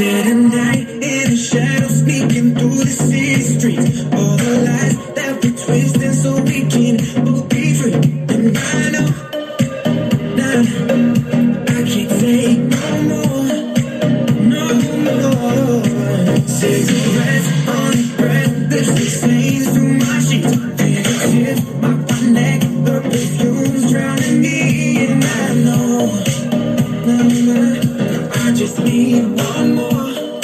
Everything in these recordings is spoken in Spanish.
Dead at night in the shadows, sneaking through the city streets. All the lies that we twisted so we can both be free. And I know that I can't take no more, no more. Cigarettes on the breath, there's the stains through my sheets. Fingertips up my neck, the perfume's drowning me. And I know, I just need one more.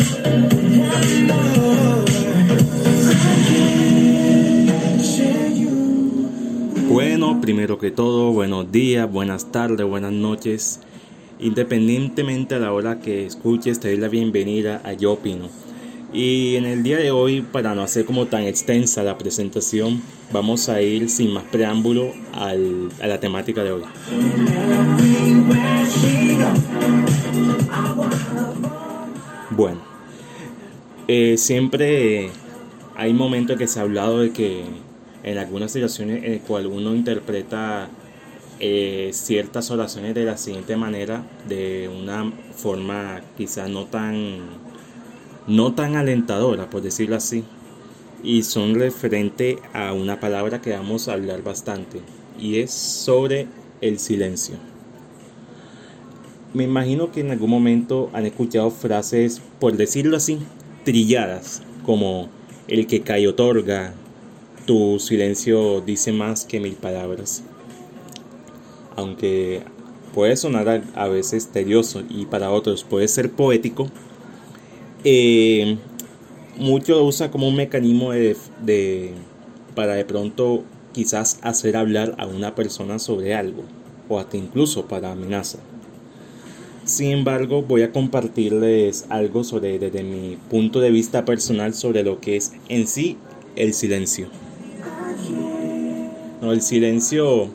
Bueno, primero que todo, buenos días, buenas tardes, buenas noches. Independientemente a la hora que escuches, te doy la bienvenida a Yo Opino. Y en el día de hoy, para no hacer como tan extensa la presentación, vamos a ir sin más preámbulo a la temática de hoy. Bueno, siempre hay momentos que se ha hablado de que en algunas situaciones en las cuales uno interpreta ciertas oraciones de la siguiente manera, de una forma quizás no tan alentadora, por decirlo así, y son referente a una palabra que vamos a hablar bastante, y es sobre el silencio. Me imagino que en algún momento han escuchado frases, por decirlo así, trilladas, como el que calla otorga, tu silencio dice más que 1000 palabras. Aunque puede sonar a veces tedioso y para otros puede ser poético, mucho lo usa como un mecanismo para de pronto quizás hacer hablar a una persona sobre algo, o hasta incluso para amenaza. Sin embargo, voy a compartirles algo desde mi punto de vista personal sobre lo que es en sí el silencio. No, el silencio,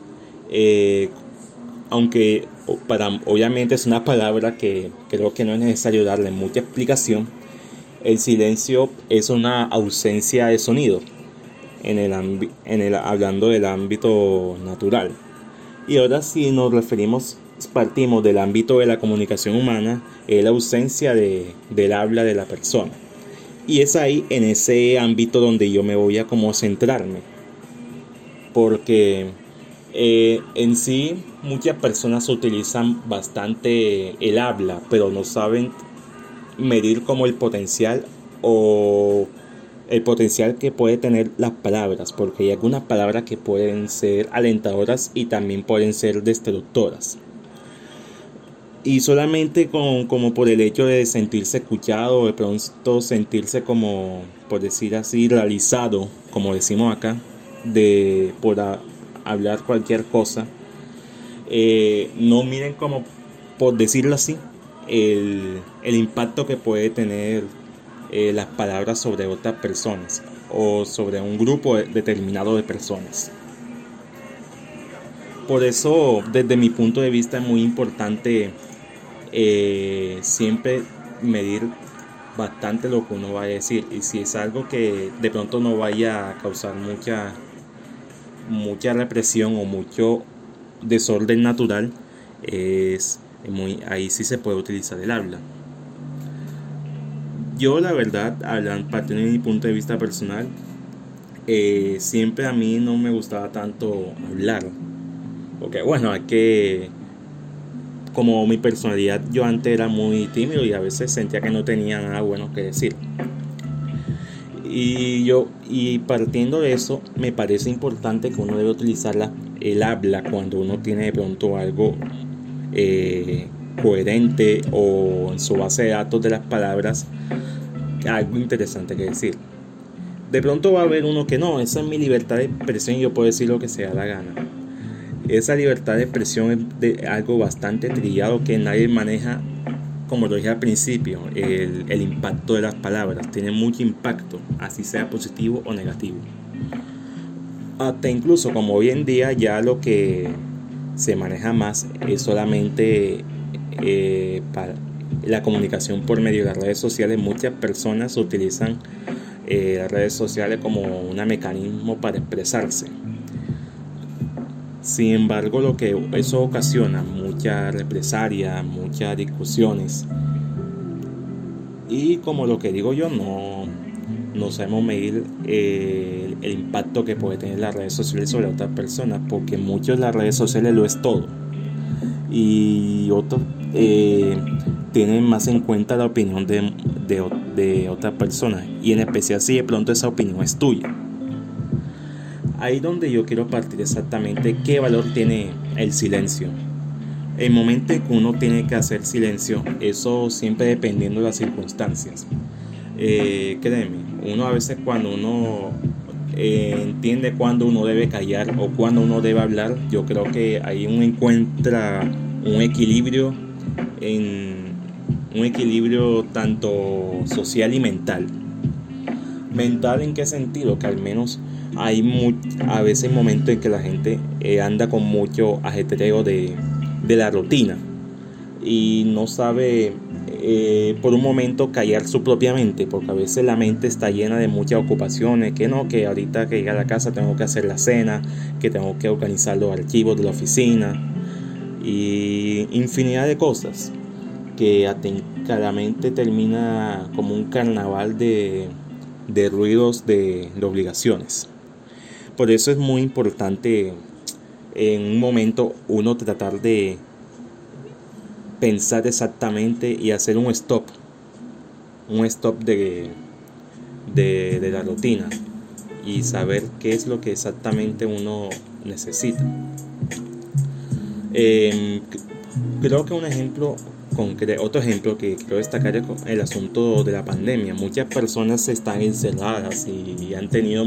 aunque obviamente es una palabra que creo que no es necesario darle mucha explicación, el silencio es una ausencia de sonido hablando del ámbito natural. Y ahora si partimos del ámbito de la comunicación humana, es la ausencia del habla de la persona. Y es ahí, en ese ámbito, donde yo me voy a como centrarme. Porque en sí muchas personas utilizan bastante el habla, pero no saben medir como el potencial que puede tener las palabras, porque hay algunas palabras que pueden ser alentadoras y también pueden ser destructoras. Y solamente como por el hecho de sentirse escuchado, de pronto sentirse como, por decir así, realizado, como decimos acá, por hablar cualquier cosa, no miren como, por decirlo así, el impacto que puede tener las palabras sobre otras personas o sobre un grupo determinado de personas. Por eso, desde mi punto de vista, es muy importante siempre medir bastante lo que uno va a decir, y si es algo que de pronto no vaya a causar mucha represión o mucho desorden natural, ahí sí se puede utilizar el habla. Yo, la verdad, partiendo de mi punto de vista personal, siempre a mí no me gustaba tanto hablar, porque bueno, como mi personalidad, yo antes era muy tímido y a veces sentía que no tenía nada bueno que decir. Y partiendo de eso, me parece importante que uno debe utilizar el habla cuando uno tiene de pronto algo coherente, o en su base de datos de las palabras algo interesante que decir. De pronto va a haber uno que no, esa es mi libertad de expresión y yo puedo decir lo que sea la gana. Esa libertad de expresión es de algo bastante trillado que nadie maneja. Como lo dije al principio, el impacto de las palabras tiene mucho impacto, así sea positivo o negativo. Hasta incluso como hoy en día ya lo que se maneja más es solamente para la comunicación por medio de las redes sociales. Muchas personas utilizan las redes sociales como un mecanismo para expresarse. Sin embargo, lo que eso ocasiona mucha represalia, muchas discusiones, Y como lo que digo yo, no sabemos medir el impacto que puede tener las redes sociales sobre otras personas, porque muchos las redes sociales lo es todo. Y otros tienen más en cuenta la opinión de otras personas, y en especial si de pronto esa opinión es tuya. Ahí donde yo quiero partir exactamente qué valor tiene el silencio. El momento en que uno tiene que hacer silencio, eso siempre dependiendo de las circunstancias. Créeme, uno a veces cuando uno entiende cuándo uno debe callar o cuándo uno debe hablar, yo creo que ahí uno encuentra un equilibrio tanto social y mental. ¿Mental en qué sentido? Que al menos hay a veces momentos en que la gente anda con mucho ajetreo de la rutina y no sabe por un momento callar su propia mente, porque a veces la mente está llena de muchas ocupaciones, que ahorita que llegue a la casa tengo que hacer la cena, que tengo que organizar los archivos de la oficina y infinidad de cosas que cada mente termina como un carnaval de ruidos de obligaciones. Por eso es muy importante en un momento uno tratar de pensar exactamente y hacer un stop de la rutina y saber qué es lo que exactamente uno necesita. Creo que otro ejemplo que quiero destacar es el asunto de la pandemia. Muchas personas están encerradas y han tenido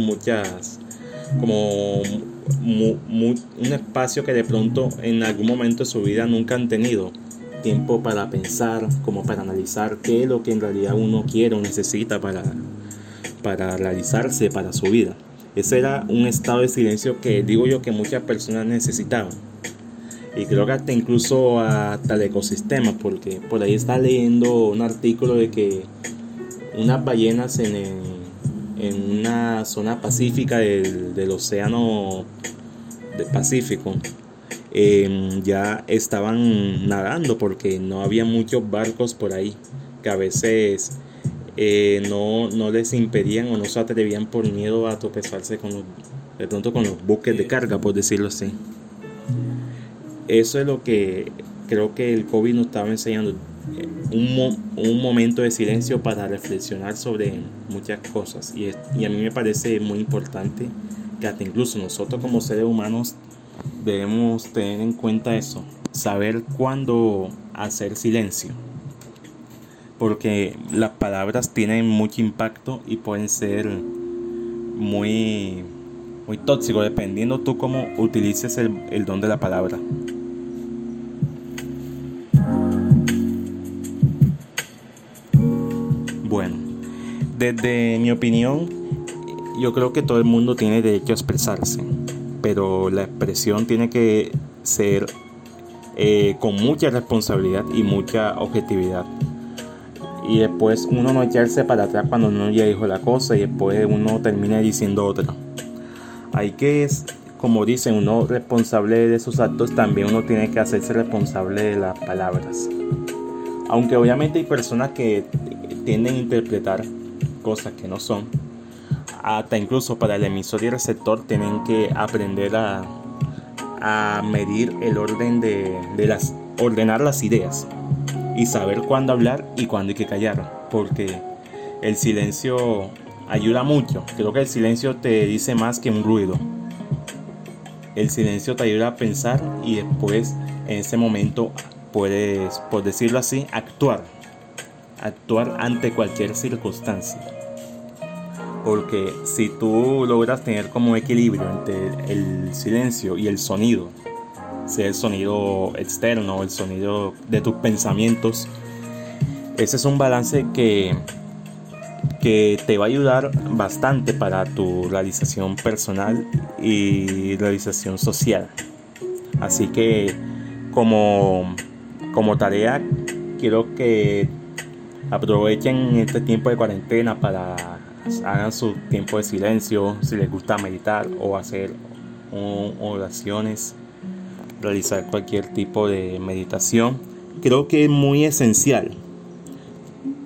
un espacio que de pronto en algún momento de su vida nunca han tenido tiempo para pensar, como para analizar qué es lo que en realidad uno quiere o necesita para realizarse para su vida. Ese era un estado de silencio que digo yo que muchas personas necesitaban, y creo que hasta el ecosistema, porque por ahí está leyendo un artículo de que unas ballenas en una zona pacífica del océano del Pacífico ya estaban nadando, porque no había muchos barcos por ahí que a veces no les impedían o no se atrevían por miedo a tropezarse de pronto con los buques de carga, por decirlo así. Eso es lo que creo que el COVID nos estaba enseñando, un momento de silencio para reflexionar sobre muchas cosas, y a mí me parece muy importante que hasta incluso nosotros como seres humanos debemos tener en cuenta eso, saber cuándo hacer silencio, porque las palabras tienen mucho impacto y pueden ser muy, muy tóxicos dependiendo tú cómo utilices el don de la palabra. Bueno, desde mi opinión, yo creo que todo el mundo tiene derecho a expresarse, pero la expresión tiene que ser con mucha responsabilidad y mucha objetividad. Y después uno no echarse para atrás cuando uno ya dijo la cosa y después uno termina diciendo otra. Hay que, como dicen, uno responsable de sus actos, también uno tiene que hacerse responsable de las palabras. Aunque obviamente hay personas que tienden a interpretar cosas que no son. Hasta incluso para el emisor y el receptor tienen que aprender a medir el orden ordenar las ideas y saber cuándo hablar y cuándo hay que callar, porque el silencio ayuda mucho. Creo que el silencio te dice más que un ruido. El silencio te ayuda a pensar y después en ese momento puedes, por decirlo así, actuar ante cualquier circunstancia. Porque si tú logras tener como equilibrio entre el silencio y el sonido, sea el sonido externo o el sonido de tus pensamientos, ese es un balance que te va a ayudar bastante para tu realización personal y realización social. Así que como tarea, quiero que aprovechen este tiempo de cuarentena para hagan su tiempo de silencio, si les gusta meditar o hacer oraciones, realizar cualquier tipo de meditación. Creo que es muy esencial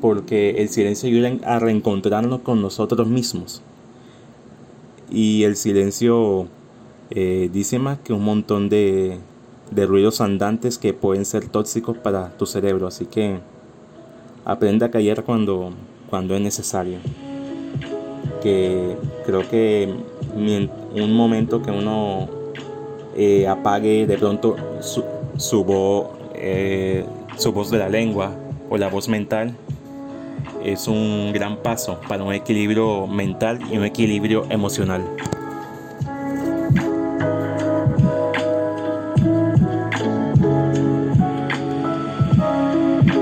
porque el silencio ayuda a reencontrarnos con nosotros mismos. Y el silencio dice más que un montón de ruidos andantes que pueden ser tóxicos para tu cerebro. Así que aprende a callar cuando es necesario. Que creo que un momento que uno apague de pronto su voz de la lengua o la voz mental es un gran paso para un equilibrio mental y un equilibrio emocional.